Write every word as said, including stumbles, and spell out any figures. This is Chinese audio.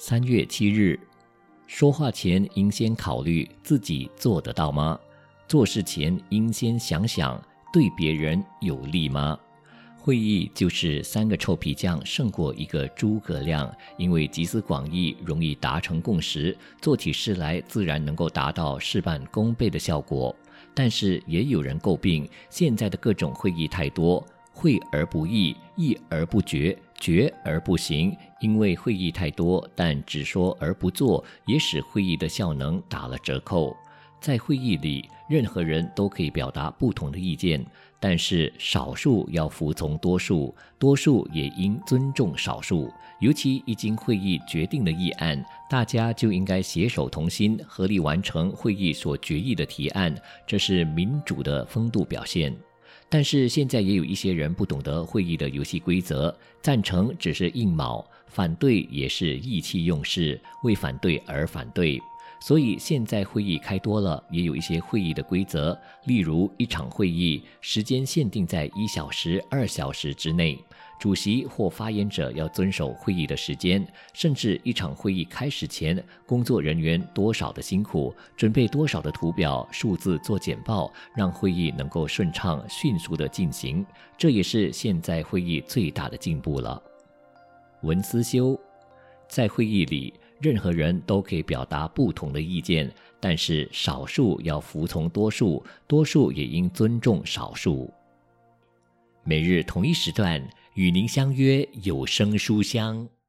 三月七日，说话前应先考虑自己做得到吗？做事前应先想想对别人有利吗？会议就是三个臭皮匠胜过一个诸葛亮，因为集思广益，容易达成共识，做起事来自然能够达到事半功倍的效果。但是也有人诟病现在的各种会议太多，会而不议，议而不决，决而不行。因为会议太多，但只说而不做，也使会议的效能打了折扣。在会议里，任何人都可以表达不同的意见，但是少数要服从多数，多数也应尊重少数。尤其一经会议决定的议案，大家就应该携手同心，合力完成会议所决议的提案，这是民主的风度表现。但是现在也有一些人不懂得会议的游戏规则，赞成只是硬卯，反对也是意气用事，为反对而反对。所以现在会议开多了，也有一些会议的规则，例如一场会议时间限定在一小时、二小时之内，主席或发言者要遵守会议的时间，甚至一场会议开始前，工作人员多少的辛苦，准备多少的图表、数字做简报，让会议能够顺畅、迅速地进行，这也是现在会议最大的进步了。文思修，在会议里，任何人都可以表达不同的意见，但是少数要服从多数，多数也应尊重少数。每日同一时段与您相约有声书香。